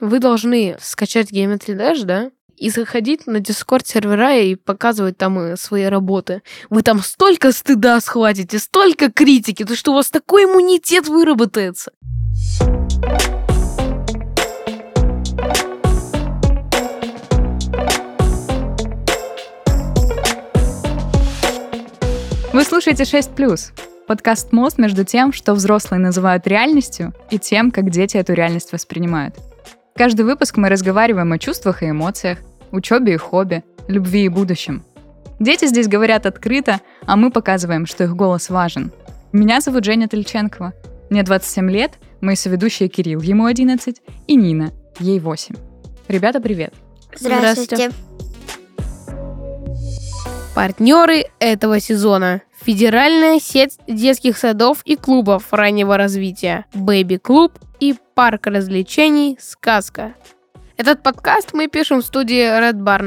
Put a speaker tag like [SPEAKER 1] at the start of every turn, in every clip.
[SPEAKER 1] вы должны скачать Geometry Dash, да? И заходить на Discord-сервера и показывать там свои работы. Вы там столько стыда схватите, столько критики, то что у вас такой иммунитет выработается.
[SPEAKER 2] Вы слушаете 6+, подкаст «Мост» между тем, что взрослые называют реальностью, и тем, как дети эту реальность воспринимают. Каждый выпуск мы разговариваем о чувствах и эмоциях, учебе и хобби, любви и будущем. Дети здесь говорят открыто, а мы показываем, что их голос важен. Меня зовут Женя Тельченкова. Мне 27 лет, мои соведущие Кирилл, ему 11, и Нина, ей 8. Ребята, привет.
[SPEAKER 3] Здравствуйте.
[SPEAKER 1] Партнеры этого сезона. Федеральная сеть детских садов и клубов раннего развития «Бэби-клуб» и парк развлечений «Сказка». Этот подкаст мы пишем в студии Red Barn.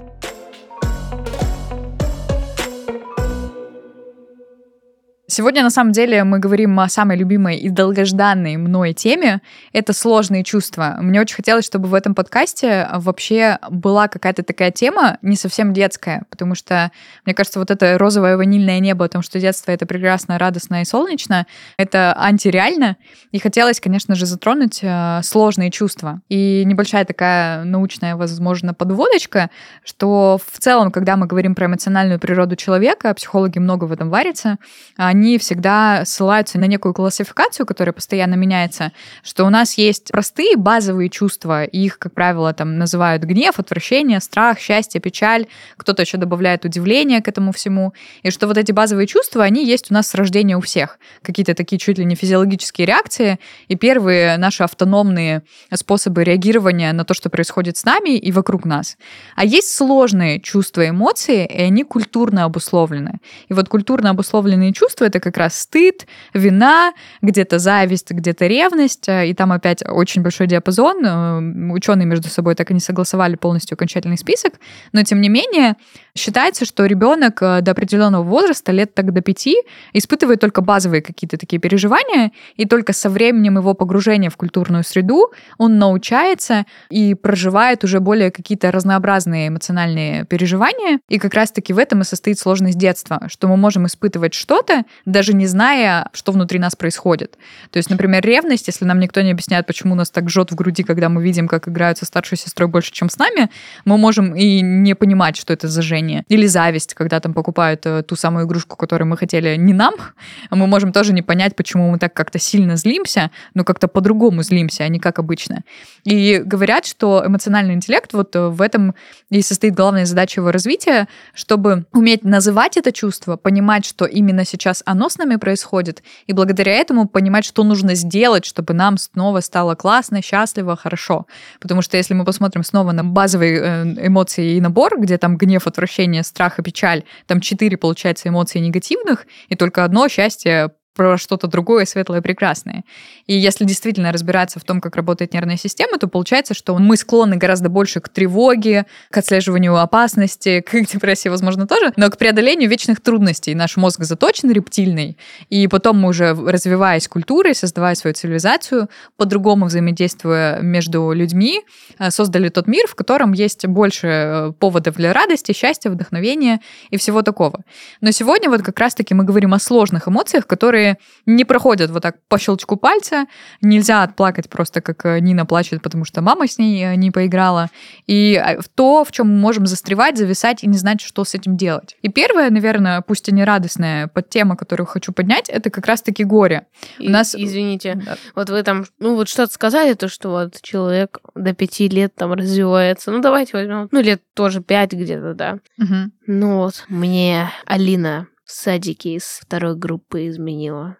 [SPEAKER 2] Сегодня, на самом деле, мы говорим о самой любимой и долгожданной мной теме. Это сложные чувства. Мне очень хотелось, чтобы в этом подкасте вообще была какая-то такая тема, не совсем детская, потому что, мне кажется, вот это розовое ванильное небо о том, что детство — это прекрасно, радостно и солнечно, это антиреально. И хотелось, конечно же, затронуть сложные чувства. И небольшая такая научная, возможно, подводочка, что в целом, когда мы говорим про эмоциональную природу человека, психологи много в этом варятся, они всегда ссылаются на некую классификацию, которая постоянно меняется, что у нас есть простые базовые чувства, и их, как правило, там называют гнев, отвращение, страх, счастье, печаль, кто-то еще добавляет удивление к этому всему, и что вот эти базовые чувства, они есть у нас с рождения у всех. Какие-то такие чуть ли не физиологические реакции, и первые наши автономные способы реагирования на то, что происходит с нами и вокруг нас. А есть сложные чувства и эмоции, и они культурно обусловлены. И вот культурно обусловленные чувства — это как раз стыд, вина, где-то зависть, где-то ревность, и там опять очень большой диапазон. Ученые между собой так и не согласовали полностью окончательный список, но тем не менее считается, что ребенок до определенного возраста, лет так до 5, испытывает только базовые какие-то такие переживания, и только со временем его погружения в культурную среду он научается и проживает уже более какие-то разнообразные эмоциональные переживания, и как раз-таки в этом и состоит сложность детства, что мы можем испытывать что-то, даже не зная, что внутри нас происходит. То есть, например, ревность, если нам никто не объясняет, почему нас так жжет в груди, когда мы видим, как играют со старшей сестрой больше, чем с нами, мы можем и не понимать, что это за жжение. Или зависть, когда там покупают ту самую игрушку, которую мы хотели не нам, мы можем тоже не понять, почему мы так как-то сильно злимся, но как-то по-другому злимся, а не как обычно. И говорят, что эмоциональный интеллект вот в этом и состоит главная задача его развития, чтобы уметь называть это чувство, понимать, что именно сейчас оно с нами происходит, и благодаря этому понимать, что нужно сделать, чтобы нам снова стало классно, счастливо, хорошо. Потому что если мы посмотрим снова на базовые эмоции и набор, где там гнев, отвращение, страх и печаль, там 4, получается, эмоции негативных, и только одно счастье про что-то другое, светлое, прекрасное. И если действительно разбираться в том, как работает нервная система, то получается, что мы склонны гораздо больше к тревоге, к отслеживанию опасности, к депрессии, возможно, тоже, но к преодолению вечных трудностей. Наш мозг заточен, рептильный, и потом мы уже, развиваясь культурой, создавая свою цивилизацию, по-другому взаимодействуя между людьми, создали тот мир, в котором есть больше поводов для радости, счастья, вдохновения и всего такого. Но сегодня вот как раз-таки мы говорим о сложных эмоциях, которые не проходят вот так по щелчку пальца. Нельзя отплакать просто, как Нина плачет, потому что мама с ней не поиграла. И то, в чем мы можем застревать, зависать и не знать, что с этим делать. И первое, наверное, пусть и не радостная подтема, которую хочу поднять, это как раз-таки горе.
[SPEAKER 1] У нас... Извините, да. Вот вы там, вот что-то сказали, то, что вот человек до 5 лет там развивается. Давайте возьмем, лет тоже 5 где-то, да.
[SPEAKER 2] Угу.
[SPEAKER 1] Вот мне Алина в садике из 2 группы изменила.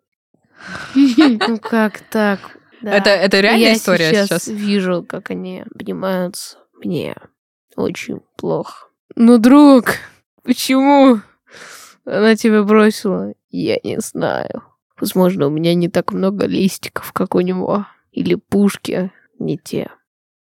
[SPEAKER 1] Как так?
[SPEAKER 2] Это реальная история сейчас?
[SPEAKER 1] Я сейчас вижу, как они обнимаются. Мне очень плохо. Друг, почему она тебя бросила? Я не знаю. Возможно, у меня не так много листиков, как у него. Или пушки не те.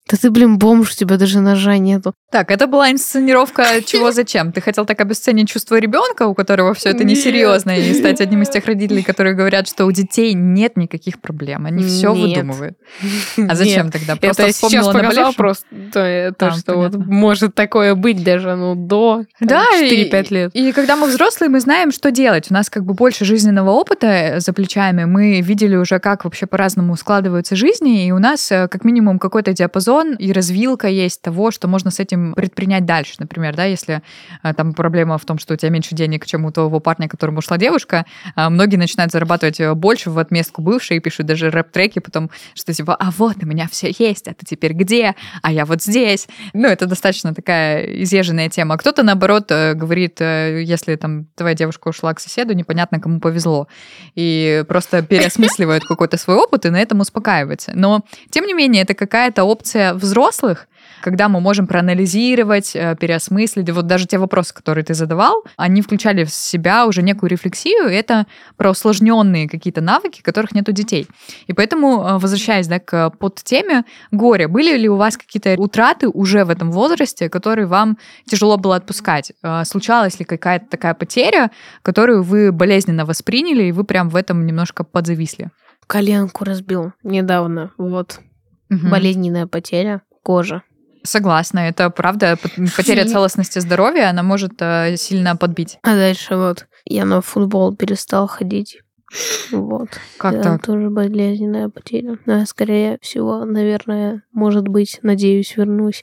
[SPEAKER 1] Да ты, бомж, у тебя даже ножа нету.
[SPEAKER 2] Так, это была инсценировка «Чего зачем?». Ты хотел так обесценить чувство ребенка, у которого все это несерьезно, и стать одним из тех родителей, которые говорят, что у детей нет никаких проблем, они все выдумывают. А зачем тогда? Просто
[SPEAKER 1] это
[SPEAKER 2] вспомнила
[SPEAKER 1] сейчас показал
[SPEAKER 2] наболевшем?
[SPEAKER 1] то, что вот может такое быть даже до 4-5 лет.
[SPEAKER 2] И когда мы взрослые, мы знаем, что делать. У нас как бы больше жизненного опыта за плечами. Мы видели уже, как вообще по-разному складываются жизни, и у нас как минимум какой-то диапазон и развилка есть того, что можно с этим предпринять дальше. Например, да, если там проблема в том, что у тебя меньше денег, чем у того парня, к которому ушла девушка, многие начинают зарабатывать больше в отместку бывшей и пишут даже рэп-треки потом, что типа, а вот у меня все есть, а ты теперь где? А я вот здесь. Ну, это достаточно такая изъезженная тема. А кто-то, наоборот, говорит, если там твоя девушка ушла к соседу, непонятно, кому повезло. И просто переосмысливает какой-то свой опыт и на этом успокаивается. Но, тем не менее, это какая-то опция взрослых, когда мы можем проанализировать, переосмыслить. Вот даже те вопросы, которые ты задавал, они включали в себя уже некую рефлексию, и это про усложненные какие-то навыки, которых нет у детей. И поэтому, возвращаясь, да, к подтеме горе, были ли у вас какие-то утраты уже в этом возрасте, которые вам тяжело было отпускать? Случалась ли какая-то такая потеря, которую вы болезненно восприняли, и вы прям в этом немножко подзависли?
[SPEAKER 1] Коленку разбил недавно, вот. Болезненная потеря кожи.
[SPEAKER 2] Согласна, это правда. Потеря целостности здоровья, она может сильно подбить.
[SPEAKER 1] А дальше вот я на футбол перестал ходить. Вот.
[SPEAKER 2] Как
[SPEAKER 1] это
[SPEAKER 2] так?
[SPEAKER 1] тоже болезненная потеря. Да, скорее всего, наверное, может быть, надеюсь, вернусь.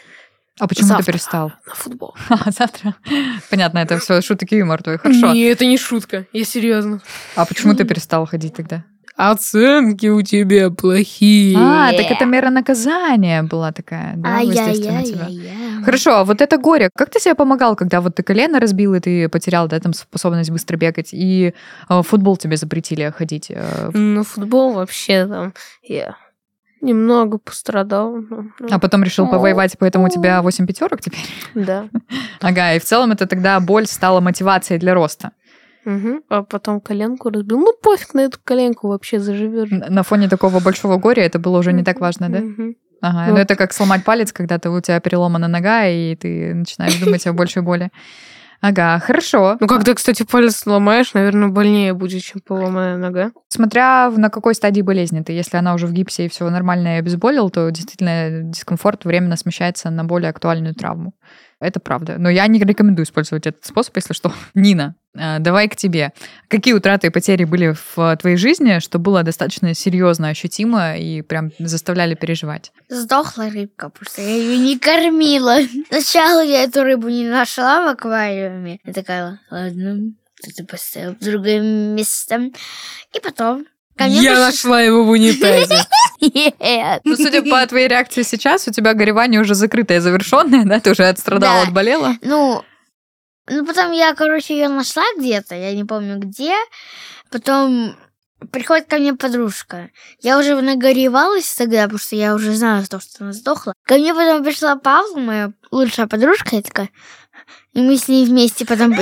[SPEAKER 2] А почему
[SPEAKER 1] завтра
[SPEAKER 2] ты перестал?
[SPEAKER 1] На футбол.
[SPEAKER 2] Завтра? Понятно, это все шутки и юмор твой. Хорошо.
[SPEAKER 1] Не, это не шутка, я серьезно.
[SPEAKER 2] А почему ты перестал ходить тогда?
[SPEAKER 1] Оценки у тебя плохие.
[SPEAKER 2] Так это мера наказания была такая, да, воздействие на тебя. Хорошо, а вот это горе, как ты себе помогал, когда вот ты колено разбил, и ты потерял, да, там способность быстро бегать, и в футбол тебе запретили ходить?
[SPEAKER 1] Ну, футбол вообще там я немного пострадал.
[SPEAKER 2] А потом решил повоевать, поэтому у тебя 8 пятерок теперь?
[SPEAKER 1] Да.
[SPEAKER 2] Ага, и в целом это тогда боль стала мотивацией для роста.
[SPEAKER 1] Угу. А потом коленку разбил. Ну, пофиг на эту коленку, вообще заживешь.
[SPEAKER 2] На фоне такого большого горя это было уже не так важно, да? Ага, ну это как сломать палец, когда у тебя переломана нога, и ты начинаешь думать о большей боли. Ага, хорошо.
[SPEAKER 1] Ну, когда, кстати, палец сломаешь, наверное, больнее будет, чем поломанная нога.
[SPEAKER 2] Смотря на какой стадии болезни ты. Если она уже в гипсе и все нормально и обезболил, то действительно дискомфорт временно смещается на более актуальную травму. Это правда. Но я не рекомендую использовать этот способ, если что. Нина, давай к тебе. Какие утраты и потери были в твоей жизни, что было достаточно серьезно ощутимо и прям заставляли переживать?
[SPEAKER 3] Сдохла рыбка, потому что я ее не кормила. Сначала я эту рыбу не нашла в аквариуме. Я такая, ладно, кто-то поставил в другое место. И потом...
[SPEAKER 1] Я нашла его в унитазе.
[SPEAKER 3] Нет.
[SPEAKER 2] Ну, судя по твоей реакции сейчас, у тебя горевание уже закрытое, завершенное, да? Ты уже отстрадала,
[SPEAKER 3] Да.
[SPEAKER 2] отболела?
[SPEAKER 3] Ну, потом я, ее нашла где-то, я не помню где. Потом приходит ко мне подружка. Я уже нагоревалась тогда, потому что я уже знала, что она сдохла. Ко мне потом пришла Павла, моя лучшая подружка, я такая... И мы с ней вместе потом...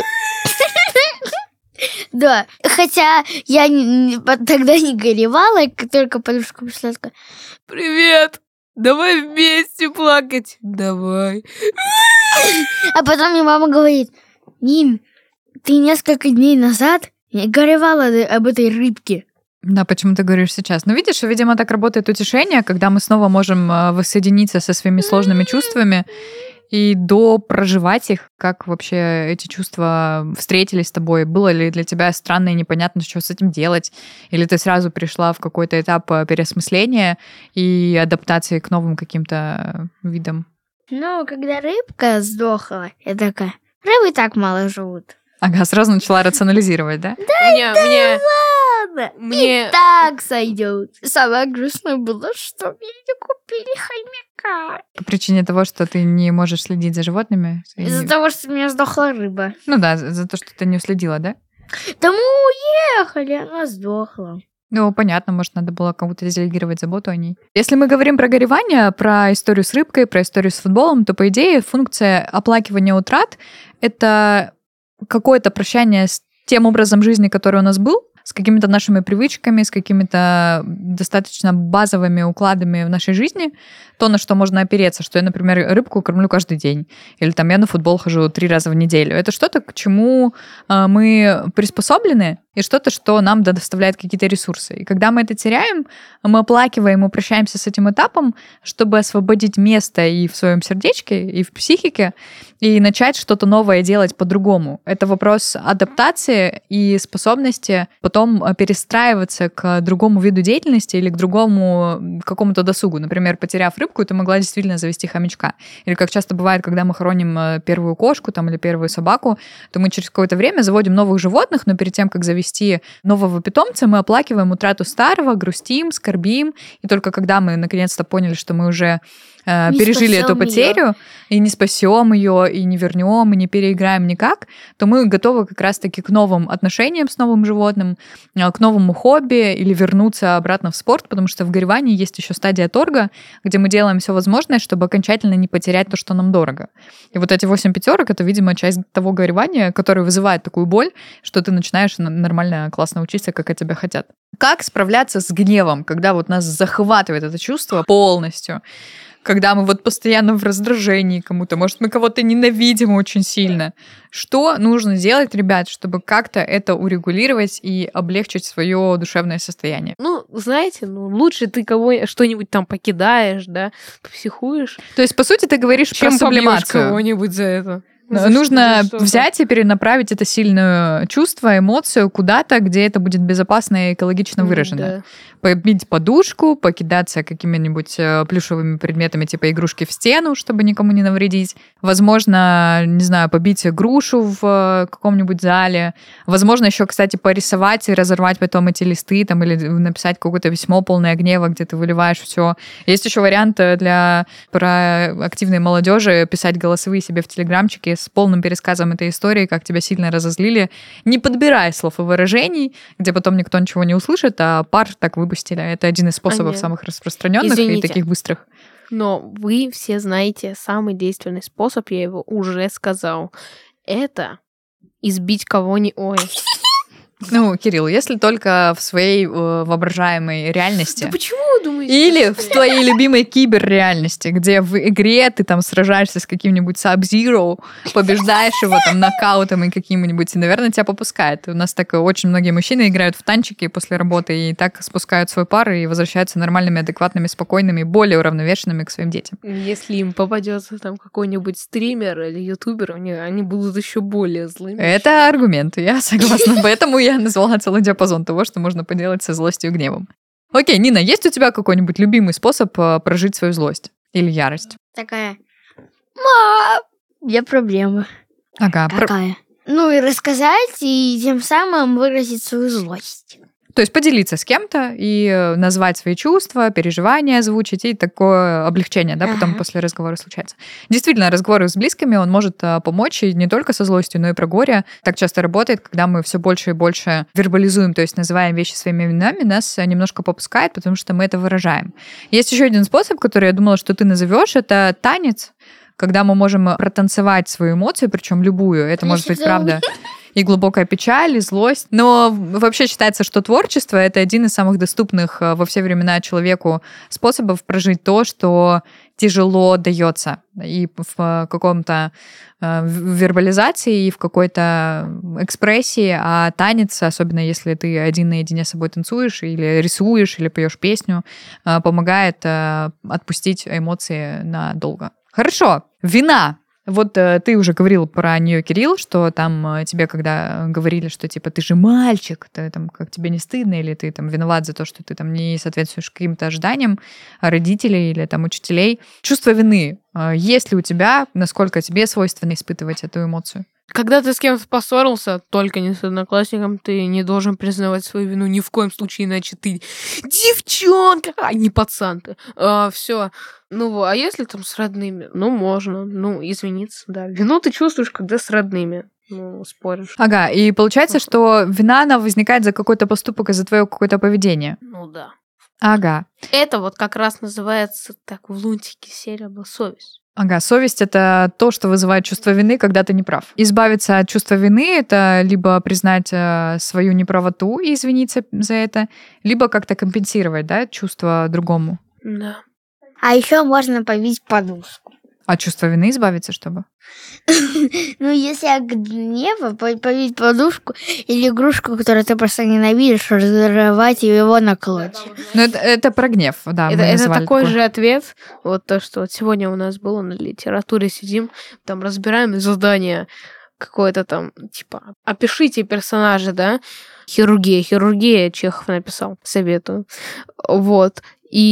[SPEAKER 3] Да, хотя я тогда не горевала, только подружка пришла такая...
[SPEAKER 1] Привет! Давай вместе плакать. Давай.
[SPEAKER 3] А потом мне мама говорит: Нин, ты несколько дней назад горевала об этой рыбке.
[SPEAKER 2] Да, почему ты говоришь сейчас? Ну, видишь, видимо, так работает утешение, когда мы снова можем воссоединиться со своими сложными чувствами и допроживать их, как вообще эти чувства встретились с тобой. Было ли для тебя странно и непонятно, что с этим делать? Или ты сразу пришла в какой-то этап переосмысления и адаптации к новым каким-то видам?
[SPEAKER 3] Ну, когда рыбка сдохла, я такая, рыбы так мало живут.
[SPEAKER 2] Ага, сразу начала рационализировать, да?
[SPEAKER 3] Ладно, и так сойдет. Самое грустное было, что мне не купили хомяка.
[SPEAKER 2] По причине того, что ты не можешь следить за животными?
[SPEAKER 3] Из-за того, что у меня сдохла рыба.
[SPEAKER 2] Ну да, за то, что ты не уследила, да?
[SPEAKER 3] Да мы уехали, она сдохла.
[SPEAKER 2] Ну, понятно, может, надо было кому-то делегировать заботу о ней. Если мы говорим про горевание, про историю с рыбкой, про историю с футболом, то, по идее, функция оплакивания утрат — это какое-то прощание с тем образом жизни, который у нас был, с какими-то нашими привычками, с какими-то достаточно базовыми укладами в нашей жизни, то, на что можно опереться, что я, например, рыбку кормлю каждый день, или там я на футбол хожу 3 раза в неделю. Это что-то, к чему мы приспособлены, и что-то, что нам доставляет какие-то ресурсы. И когда мы это теряем, мы оплакиваем и прощаемся с этим этапом, чтобы освободить место и в своем сердечке, и в психике, и начать что-то новое делать по-другому. Это вопрос адаптации и способности потом перестраиваться к другому виду деятельности или к другому какому-то досугу. Например, потеряв рыбку, ты могла действительно завести хомячка. Или как часто бывает, когда мы хороним первую кошку там, или первую собаку, то мы через какое-то время заводим новых животных, но перед тем, как завести нового питомца, мы оплакиваем утрату старого, грустим, скорбим, и только когда мы наконец-то поняли, что мы уже пережили эту потерю, и не спасем ее, и не вернем, и не переиграем никак, то мы готовы как раз-таки к новым отношениям с новым животным, к новому хобби или вернуться обратно в спорт, потому что в горевании есть еще стадия торга, где мы делаем все возможное, чтобы окончательно не потерять то, что нам дорого. И вот эти 8 пятерок — это, видимо, часть того горевания, которое вызывает такую боль, что ты начинаешь нормально, классно учиться, как от тебя хотят. Как справляться с гневом, когда вот нас захватывает это чувство полностью? Когда мы вот постоянно в раздражении кому-то, может, мы кого-то ненавидим очень сильно. Что нужно делать, ребят, чтобы как-то это урегулировать и облегчить свое душевное состояние?
[SPEAKER 1] Ну, знаете, лучше ты что-нибудь там покидаешь, да, психуешь.
[SPEAKER 2] То есть, по сути, ты говоришь
[SPEAKER 1] чем
[SPEAKER 2] про сублимацию.
[SPEAKER 1] Кого-нибудь за это.
[SPEAKER 2] Нужно взять и перенаправить это сильное чувство, эмоцию куда-то, где это будет безопасно и экологично выражено.
[SPEAKER 1] Да.
[SPEAKER 2] Побить подушку, покидаться какими-нибудь плюшевыми предметами типа игрушки в стену, чтобы никому не навредить. Возможно, не знаю, побить грушу в каком-нибудь зале. Возможно, еще, кстати, порисовать и разорвать потом эти листы там, или написать какое-то письмо полное гнева, где ты выливаешь все. Есть еще вариант для проактивной молодежи писать голосовые себе в телеграмчике с полным пересказом этой истории, как тебя сильно разозлили, не подбирая слов и выражений, где потом никто ничего не услышит, а пар так выпустили. Это один из способов самых распространенных и таких быстрых.
[SPEAKER 1] Но вы все знаете самый действенный способ, я его уже сказал. Это избить кого-нибудь.
[SPEAKER 2] Ну, Кирилл, если только в своей воображаемой реальности.
[SPEAKER 1] Да почему вы думаете?
[SPEAKER 2] Или в твоей любимой киберреальности, где в игре ты там сражаешься с каким-нибудь Sub-Zero, побеждаешь его там нокаутом и каким-нибудь, и, наверное, тебя попускает. У нас так очень многие мужчины играют в танчики после работы и так спускают свой пар и возвращаются нормальными, адекватными, спокойными, более уравновешенными к своим детям.
[SPEAKER 1] Если им попадется там какой-нибудь стример или ютубер, они будут еще более злыми.
[SPEAKER 2] Это аргумент, я согласна. Поэтому я назвала целый диапазон того, что можно поделать со злостью и гневом. Окей, Нина, есть у тебя какой-нибудь любимый способ прожить свою злость или ярость?
[SPEAKER 3] Такая: мам, у меня проблема.
[SPEAKER 2] Ага.
[SPEAKER 3] Какая? Ну и рассказать, и тем самым выразить свою злость.
[SPEAKER 2] То есть поделиться с кем-то и назвать свои чувства, переживания озвучить, и такое облегчение, да, потом после разговора случается. Действительно, разговор с близкими, он может помочь и не только со злостью, но и про горе. Так часто работает, когда мы все больше и больше вербализуем, то есть называем вещи своими именами, нас немножко попускает, потому что мы это выражаем. Есть еще один способ, который я думала, что ты назовешь, это танец, когда мы можем протанцевать свою эмоцию, причем любую. Это может быть, правда, и глубокая печаль, и злость. Но вообще считается, что творчество — это один из самых доступных во все времена человеку способов прожить то, что тяжело дается. И в каком-то вербализации, и в какой-то экспрессии. А танец, особенно если ты один наедине с собой танцуешь, или рисуешь, или поешь песню, помогает отпустить эмоции надолго. Хорошо. Вина. Вот ты уже говорил про нее, Кирилл, что там тебе, когда говорили, что типа ты же мальчик, ты, там, как тебе не стыдно, или ты там виноват за то, что ты там не соответствуешь каким-то ожиданиям родителей или там учителей. Чувство вины. Есть ли у тебя, насколько тебе свойственно испытывать эту эмоцию?
[SPEAKER 1] Когда ты с кем-то поссорился, только не с одноклассником, ты не должен признавать свою вину ни в коем случае, иначе ты девчонка, а не пацан ты. Все. Ну, а если там с родными? Ну, можно. Ну, извиниться, да. Вину ты чувствуешь, когда с родными. Ну, споришь.
[SPEAKER 2] Ага, и получается, что вина, она возникает за какой-то поступок, из-за твоего какое-то поведение.
[SPEAKER 1] Ну, да.
[SPEAKER 2] Ага.
[SPEAKER 1] Это вот как раз называется, так, в Лунтике серия была «Совесть».
[SPEAKER 2] Ага, совесть — это то, что вызывает чувство вины, когда ты не прав. Избавиться от чувства вины — это либо признать свою неправоту и извиниться за это, либо как-то компенсировать, да, чувство другому.
[SPEAKER 1] Да.
[SPEAKER 3] А еще можно побить подушку.
[SPEAKER 2] От чувства вины избавиться, чтобы?
[SPEAKER 3] Ну, если от гнева, побить подушку или игрушку, которую ты просто ненавидишь, разорвать его на клочья.
[SPEAKER 2] Ну, это про гнев, да.
[SPEAKER 1] Это такой же ответ, вот то, что вот сегодня у нас было на литературе, сидим, там разбираем задание какое-то там, типа, опишите персонажа, да, хирургия, Чехов написал, советую. Вот.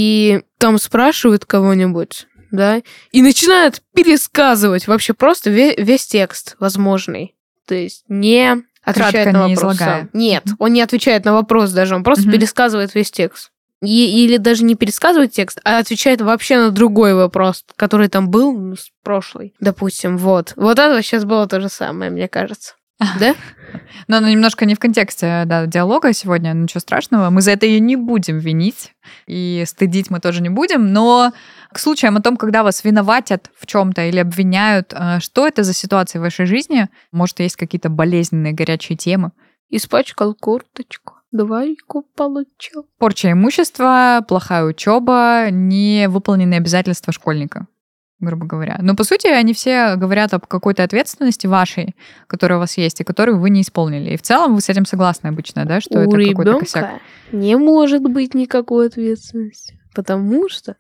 [SPEAKER 1] И там спрашивают кого-нибудь, да, и начинают пересказывать вообще просто весь текст возможный. То есть не отвечает на вопрос сам. Нет, он не отвечает на вопрос даже, он просто пересказывает весь текст. Или даже не пересказывает текст, а отвечает вообще на другой вопрос, который там был прошлый, допустим. Вот это сейчас было то же самое, мне кажется. Да?
[SPEAKER 2] Но оно немножко не в контексте диалога сегодня, ничего страшного. Мы за это ее не будем винить, и стыдить мы тоже не будем. Но к случаям о том, когда вас виноватят в чем-то или обвиняют, что это за ситуация в вашей жизни? Может, есть какие-то болезненные, горячие темы?
[SPEAKER 1] Испачкал курточку. Двойку получил.
[SPEAKER 2] Порча имущества, плохая учеба, невыполненные обязательства школьника, грубо говоря. Но, по сути, они все говорят об какой-то ответственности вашей, которая у вас есть, и которую вы не исполнили. И в целом вы с этим согласны обычно, да, что это какой-то косяк?
[SPEAKER 1] У ребенка не может быть никакой ответственности, потому что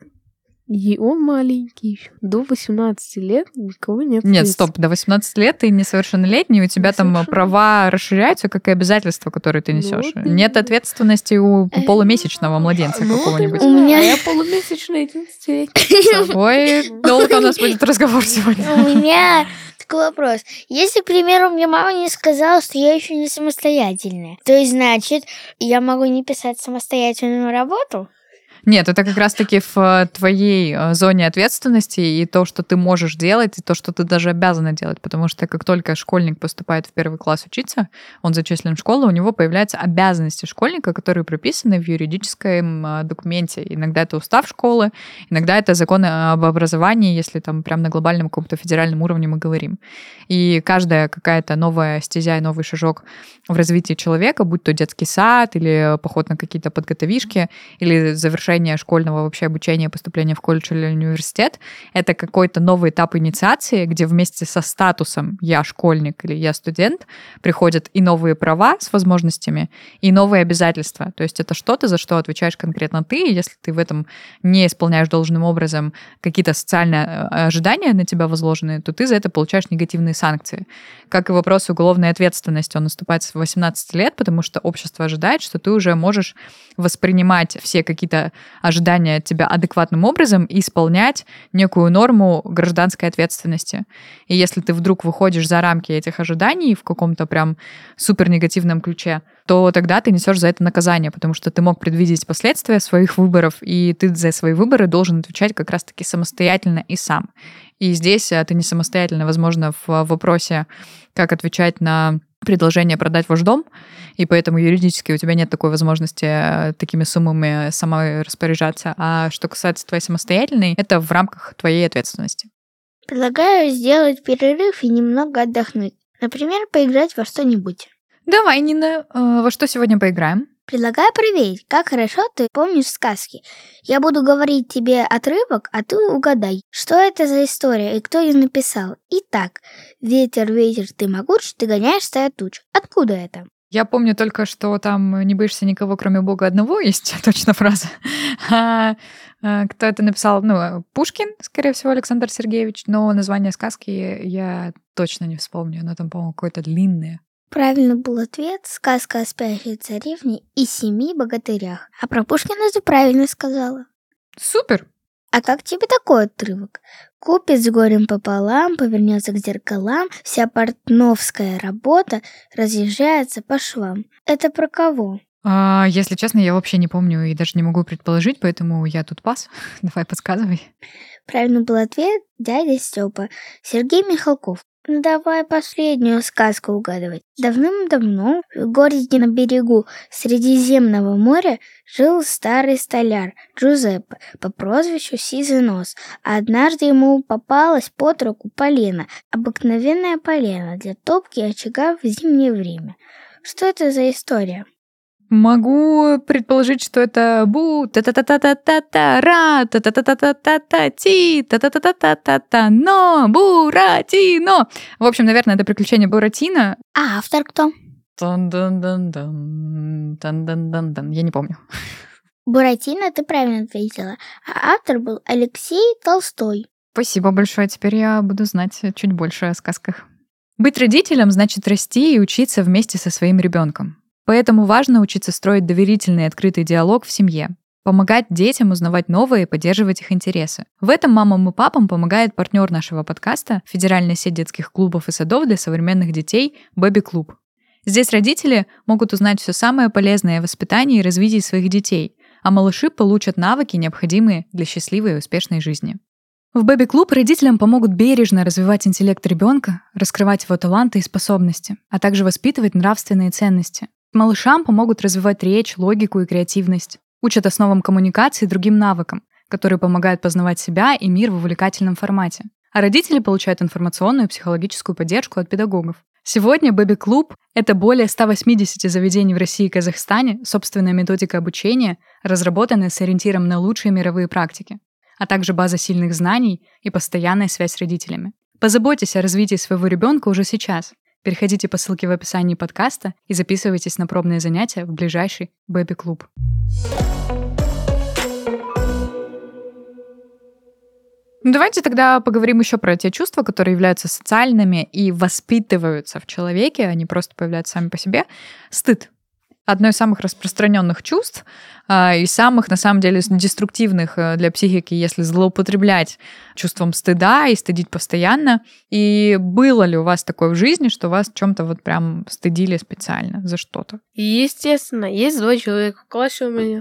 [SPEAKER 1] и он маленький еще. До 18 лет никого нет.
[SPEAKER 2] Нет, стоп, до 18 лет ты несовершеннолетний, у тебя там права расширяются, как и обязательства, которые ты несешь. Вот нет ответственности у полумесячного младенца какого-нибудь.
[SPEAKER 1] У меня я полумесячная 11-летняя.
[SPEAKER 2] Ой, долго у нас будет разговор сегодня.
[SPEAKER 3] У меня такой вопрос. Если, к примеру, мне мама не сказала, что я еще не самостоятельная, то есть, значит, я могу не писать самостоятельную работу?
[SPEAKER 2] Нет, это как раз-таки в твоей зоне ответственности и то, что ты можешь делать, и то, что ты даже обязана делать. Потому что как только школьник поступает в 1 класс учиться, он зачислен в школу, у него появляются обязанности школьника, которые прописаны в юридическом документе. Иногда это устав школы, иногда это законы об образовании, если там прям на глобальном каком-то федеральном уровне мы говорим. И каждая какая-то новая стезя и новый шажок в развитии человека, будь то детский сад или поход на какие-то подготовишки, или завершение школьного вообще обучения, поступления в колледж или университет, это какой-то новый этап инициации, где вместе со статусом «я школьник» или «я студент» приходят и новые права с возможностями, и новые обязательства. То есть это что-то, за что отвечаешь конкретно ты, и если ты в этом не исполняешь должным образом какие-то социальные ожидания на тебя возложенные, то ты за это получаешь негативные санкции. Как и вопрос уголовной ответственности, он наступает с 18 лет, потому что общество ожидает, что ты уже можешь воспринимать все какие-то ожидания от тебя адекватным образом и исполнять некую норму гражданской ответственности. И если ты вдруг выходишь за рамки этих ожиданий в каком-то прям супер негативном ключе, то тогда ты несешь за это наказание, потому что ты мог предвидеть последствия своих выборов, и ты за свои выборы должен отвечать как раз-таки самостоятельно и сам. И здесь ты не самостоятельно, возможно, в вопросе, как отвечать на предложение продать ваш дом, и поэтому юридически у тебя нет такой возможности такими суммами самой распоряжаться. А что касается твоей самостоятельной, это в рамках твоей ответственности.
[SPEAKER 3] Предлагаю сделать перерыв и немного отдохнуть. Например, поиграть во что-нибудь.
[SPEAKER 2] Давай, Нина, во что сегодня поиграем?
[SPEAKER 3] Предлагаю проверить, как хорошо ты помнишь сказки. Я буду говорить тебе отрывок, а ты угадай, что это за история и кто ее написал. Итак, ветер, ветер, ты могуч, ты гоняешь стаю туч. Откуда это?
[SPEAKER 2] Я помню только, что там не боишься никого, кроме Бога одного, есть точно фраза. Кто это написал? Ну, Пушкин, скорее всего, Александр Сергеевич, но название сказки я точно не вспомню. Оно там, по-моему, какое-то длинное.
[SPEAKER 3] Правильно был ответ «Сказка о спящей царевне и 7 богатырях». А про Пушкина ты правильно сказала.
[SPEAKER 2] Супер!
[SPEAKER 3] А как тебе такой отрывок? Купец с горем пополам повернется к зеркалам, вся портновская работа разъезжается по швам. Это про кого?
[SPEAKER 2] Если честно, я вообще не помню и даже не могу предположить, поэтому я тут пас. Давай, подсказывай.
[SPEAKER 3] Правильно был ответ дядя Степа, Сергей Михалков. Ну, давай последнюю сказку угадывать. Давным-давно в городе на берегу Средиземного моря жил старый столяр Джузеппе по прозвищу Сизый Нос. А однажды ему попалась под руку полено, обыкновенное полено для топки очага в зимнее время. Что это за история?
[SPEAKER 2] Могу предположить, что это бу-та-та-та-та-та-та-ра, та-та-та-та-та-та-ти, та-та-та-та-та-та, но, Буратино. В общем, наверное, это приключение Буратино.
[SPEAKER 3] А автор кто?
[SPEAKER 2] Тан-дан-дан-дан, тан-дан-дан-дан. Я не помню.
[SPEAKER 3] Буратино, ты правильно ответила. А автор был Алексей Толстой.
[SPEAKER 2] Спасибо большое. Теперь я буду знать чуть больше о сказках. Быть родителем значит расти и учиться вместе со своим ребенком. Поэтому важно учиться строить доверительный и открытый диалог в семье, помогать детям узнавать новое и поддерживать их интересы. В этом мамам и папам помогает партнер нашего подкаста — Федеральная сеть детских клубов и садов для современных детей Baby Club. Здесь родители могут узнать все самое полезное о воспитании и развитии своих детей, а малыши получат навыки, необходимые для счастливой и успешной жизни. В Baby Club родителям помогут бережно развивать интеллект ребенка, раскрывать его таланты и способности, а также воспитывать нравственные ценности. Малышам помогут развивать речь, логику и креативность. Учат основам коммуникации и другим навыкам, которые помогают познавать себя и мир в увлекательном формате. А родители получают информационную и психологическую поддержку от педагогов. Сегодня Baby Club — это более 180 заведений в России и Казахстане, собственная методика обучения, разработанная с ориентиром на лучшие мировые практики, а также база сильных знаний и постоянная связь с родителями. Позаботьтесь о развитии своего ребенка уже сейчас. Переходите по ссылке в описании подкаста и записывайтесь на пробные занятия в ближайший Baby Club. Давайте тогда поговорим еще про те чувства, которые являются социальными и воспитываются в человеке, они просто появляются сами по себе. Стыд. Одно из самых распространенных чувств и самых, на самом деле, деструктивных для психики, если злоупотреблять чувством стыда и стыдить постоянно. И было ли у вас такое в жизни, что вас в чем-то вот прям стыдили специально за что-то?
[SPEAKER 1] Естественно, есть 2 человека в классе у меня.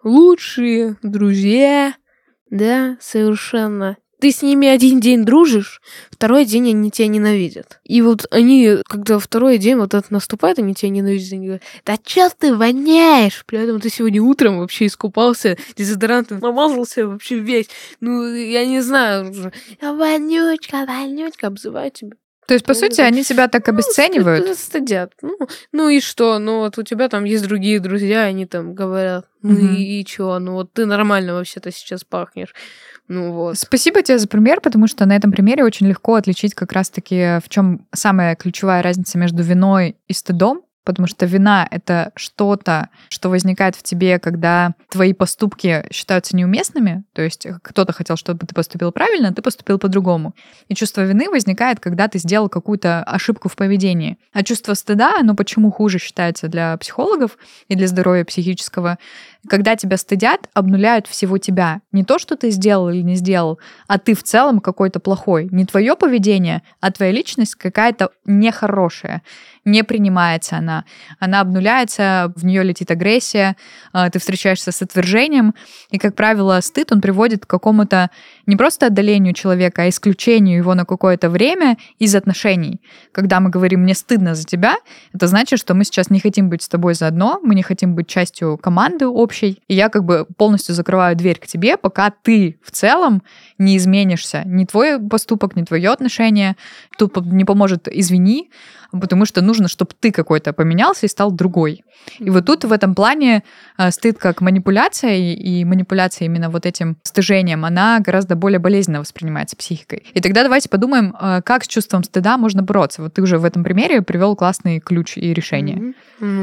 [SPEAKER 1] Лучшие друзья. Да, совершенно. Ты с ними один день дружишь, второй день они тебя ненавидят. И вот они, когда второй день вот это наступает, они тебя ненавидят, они говорят: да чё ты воняешь? При этом ты сегодня утром вообще искупался, дезодорантом намазался вообще весь. Ну, я не знаю уже. Вонючка, обзывают тебя.
[SPEAKER 2] То есть, по сути, они тебя так обесценивают?
[SPEAKER 1] Стыдят. Ну и что? Ну вот у тебя там есть другие друзья, они там говорят: ну и чё? Ну вот ты нормально вообще-то сейчас пахнешь. Ну вот.
[SPEAKER 2] Спасибо тебе за пример, потому что на этом примере очень легко отличить как раз-таки, в чем самая ключевая разница между виной и стыдом. Потому что вина — это что-то, что возникает в тебе, когда твои поступки считаются неуместными. То есть кто-то хотел, чтобы ты поступил правильно, а ты поступил по-другому. И чувство вины возникает, когда ты сделал какую-то ошибку в поведении. А чувство стыда, оно почему хуже считается для психологов и для здоровья психического? Когда тебя стыдят, обнуляют всего тебя. Не то, что ты сделал или не сделал, а ты в целом какой-то плохой. Не твое поведение, а твоя личность какая-то нехорошая. Не принимается она. Она обнуляется, в нее летит агрессия, ты встречаешься с отвержением, и, как правило, стыд, он приводит к какому-то не просто отдалению человека, а исключению его на какое-то время из отношений. Когда мы говорим «мне стыдно за тебя», это значит, что мы сейчас не хотим быть с тобой заодно, мы не хотим быть частью команды общей, и я как бы полностью закрываю дверь к тебе, пока ты в целом не изменишься. Ни твой поступок, ни твое отношение. Тут не поможет «извини», потому что нужно, чтобы ты какой-то поменялся и стал другой. И вот тут в этом плане стыд как манипуляция, и манипуляция именно вот этим стыжением, она гораздо более болезненно воспринимается психикой. И тогда давайте подумаем, как с чувством стыда можно бороться. Вот ты уже в этом примере привел классный ключ и решение.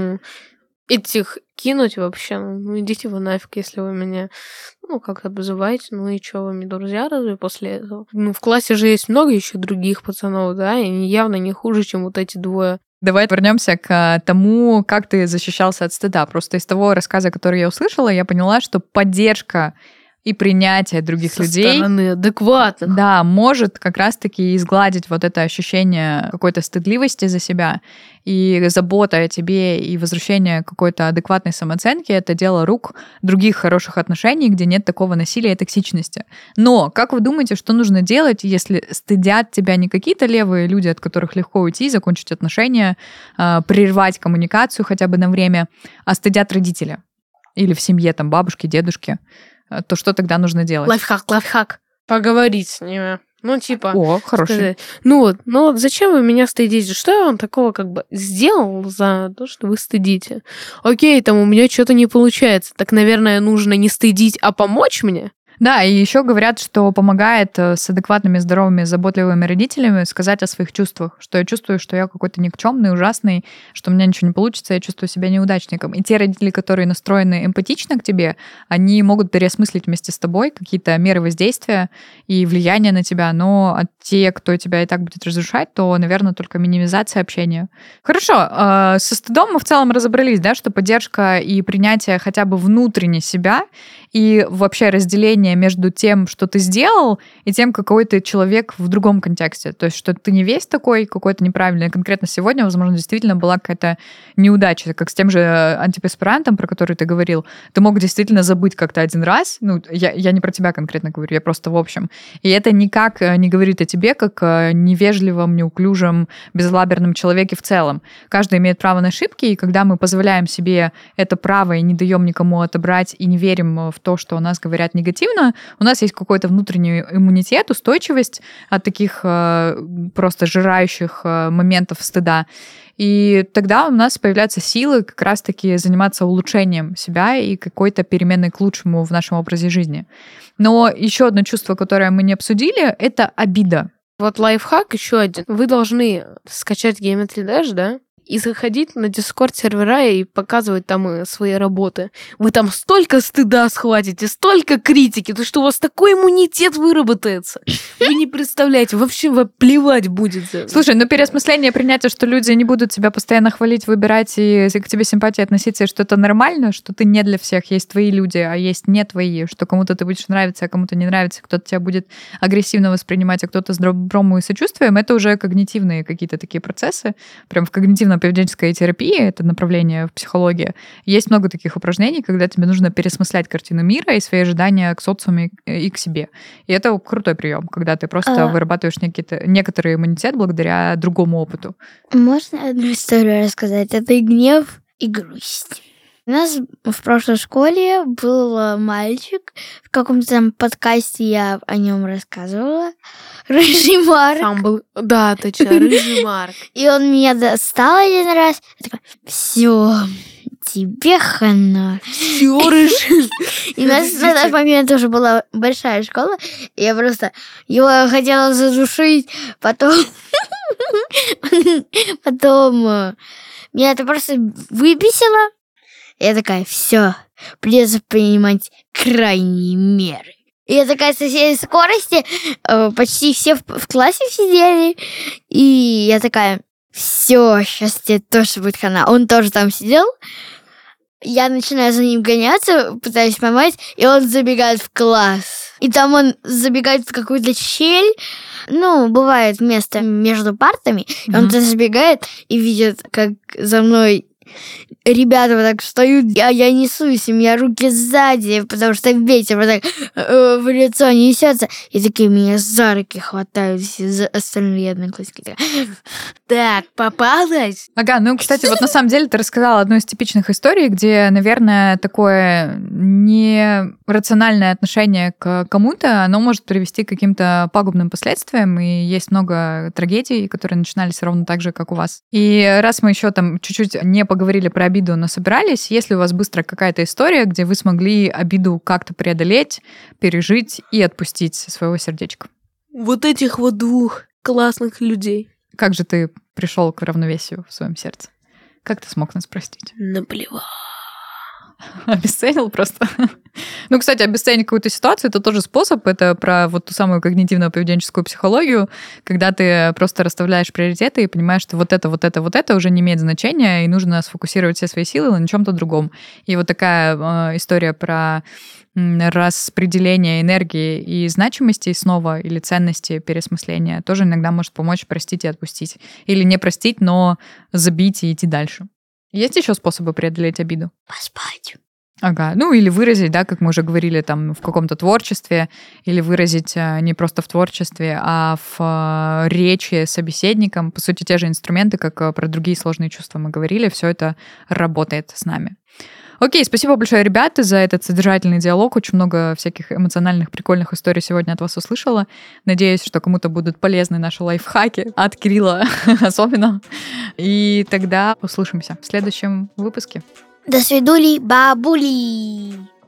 [SPEAKER 1] Этих кинуть вообще, ну идите вы нафиг, если вы меня, как обзываете, ну и что, вы мне друзья разве после этого? Ну, в классе же есть много еще других пацанов, да, и они явно не хуже, чем вот эти 2.
[SPEAKER 2] Давай вернемся к тому, как ты защищался от стыда. Просто из того рассказа, который я услышала, я поняла, что поддержка и принятие других
[SPEAKER 1] Со
[SPEAKER 2] людей.
[SPEAKER 1] стороны адекватных.
[SPEAKER 2] Да, может как раз-таки изгладить вот это ощущение какой-то стыдливости за себя. И забота о тебе и возвращение какой-то адекватной самооценки — это дело рук других хороших отношений, где нет такого насилия и токсичности. Но как вы думаете, что нужно делать, если стыдят тебя не какие-то левые люди, от которых легко уйти, закончить отношения, прервать коммуникацию хотя бы на время, а стыдят родители? Или в семье там бабушки, дедушки? То что тогда нужно делать?
[SPEAKER 1] Лайфхак. Поговорить с ними. Ну, типа...
[SPEAKER 2] О, хороший.
[SPEAKER 1] сказать, ну вот зачем вы меня стыдите? Что я вам такого как бы сделал за то, что вы стыдите? Окей, там у меня что-то не получается. Так, наверное, нужно не стыдить, а помочь мне?
[SPEAKER 2] Да, и еще говорят, что помогает с адекватными, здоровыми, заботливыми родителями сказать о своих чувствах, что я чувствую, что я какой-то никчемный, ужасный, что у меня ничего не получится, я чувствую себя неудачником. И те родители, которые настроены эмпатично к тебе, они могут переосмыслить вместе с тобой какие-то меры воздействия и влияния на тебя, но те, кто тебя и так будет разрушать, то, наверное, только минимизация общения. Хорошо, со стыдом мы в целом разобрались, да, что поддержка и принятие хотя бы внутренне себя и вообще разделение между тем, что ты сделал, и тем, какой ты человек в другом контексте. То есть, что ты не весь такой, какой-то неправильный. Конкретно сегодня, возможно, действительно была какая-то неудача, как с тем же антидепрессантом, про который ты говорил. Ты мог действительно забыть как-то один раз. Ну, я не про тебя конкретно говорю, я просто в общем. И это никак не говорит о тебе, как о невежливом, неуклюжем, безалаберном человеке в целом. Каждый имеет право на ошибки, и когда мы позволяем себе это право и не даем никому отобрать, и не верим в то, что о нас говорят негативно, у нас есть какой-то внутренний иммунитет, устойчивость от таких просто жирающих моментов стыда. И тогда у нас появляются силы как раз-таки заниматься улучшением себя и какой-то переменой к лучшему в нашем образе жизни. Но еще одно чувство, которое мы не обсудили, это обида.
[SPEAKER 1] Вот лайфхак еще один. Вы должны скачать Geometry Dash, да? И заходить на Discord-сервера и показывать там свои работы. Вы там столько стыда схватите, столько критики, то что у вас такой иммунитет выработается. Вы не представляете, вообще плевать будет.
[SPEAKER 2] Слушай, ну переосмысление, принятие, что люди не будут тебя постоянно хвалить, выбирать и к тебе симпатии относиться, и что это нормально, что ты не для всех. Есть твои люди, а есть не твои, что кому-то ты будешь нравиться, а кому-то не нравится, кто-то тебя будет агрессивно воспринимать, а кто-то с добром и сочувствием. Это уже когнитивные какие-то такие процессы. Прям в когнитивно-поведенческой терапии, это направление в психологии, есть много таких упражнений, когда тебе нужно переосмыслять картину мира и свои ожидания к социуму и к себе. И это крутой прием, когда ты просто вырабатываешь некоторый иммунитет благодаря другому опыту.
[SPEAKER 3] Можно одну историю рассказать? Это и гнев, и грусть. У нас в прошлой школе был мальчик, в каком-то там подкасте я о нем рассказывала, Рыжий Марк.
[SPEAKER 1] Там был, да, точно, Рыжий Марк.
[SPEAKER 3] И он меня достал один раз. Я такая, все, тебе хана.
[SPEAKER 1] Все, Рыжий.
[SPEAKER 3] И у нас на тот момент уже была большая школа, и я просто его хотела задушить, потом меня это просто выбесило. Я такая, все, придется принимать крайние меры. И я такая со всей скорости, почти все в классе сидели, и я такая, все, сейчас тебе тоже будет хана. Он тоже там сидел, я начинаю за ним гоняться, пытаюсь поймать, и он забегает в класс. И там он забегает в какую-то щель, ну, бывает место между партами, и он туда забегает и видит, как за мной ребята вот так встают, я несусь, у меня руки сзади, потому что ветер вот так в лицо несется, и такие меня за руки хватают все остальные одноклассники. Так, попалась?
[SPEAKER 2] Ага, ну, кстати, вот на самом деле ты рассказала одну из типичных историй, где, наверное, такое нерациональное отношение к кому-то, оно может привести к каким-то пагубным последствиям, и есть много трагедий, которые начинались ровно так же, как у вас. И раз мы еще там чуть-чуть не поговорили про обиду, но собирались, если у вас быстро какая-то история, где вы смогли обиду как-то преодолеть, пережить и отпустить со своего сердечка?
[SPEAKER 1] Вот этих вот двух классных людей.
[SPEAKER 2] Как же ты пришел к равновесию в своем сердце? Как ты смог нас простить?
[SPEAKER 1] Наплевать.
[SPEAKER 2] Обесценил просто. Ну, кстати, обесценить какую-то ситуацию — это тоже способ. Это про вот ту самую когнитивно-поведенческую психологию, когда ты просто расставляешь приоритеты и понимаешь, что вот это уже не имеет значения, и нужно сфокусировать все свои силы на чем-то другом. И вот такая история про распределение энергии и значимости снова или ценности переосмысления тоже иногда может помочь простить и отпустить. Или не простить, но забить и идти дальше. Есть еще способы преодолеть обиду?
[SPEAKER 3] Поспать.
[SPEAKER 2] Ага, ну или выразить, да, как мы уже говорили, там в каком-то творчестве, или выразить не просто в творчестве, а в речи с собеседником. По сути, те же инструменты, как про другие сложные чувства мы говорили, все это работает с нами. Окей, спасибо большое, ребята, за этот содержательный диалог. Очень много всяких эмоциональных, прикольных историй сегодня от вас услышала. Надеюсь, что кому-то будут полезны наши лайфхаки, от Кирилла особенно. И тогда услышимся в следующем выпуске.
[SPEAKER 3] До свидули, бабули!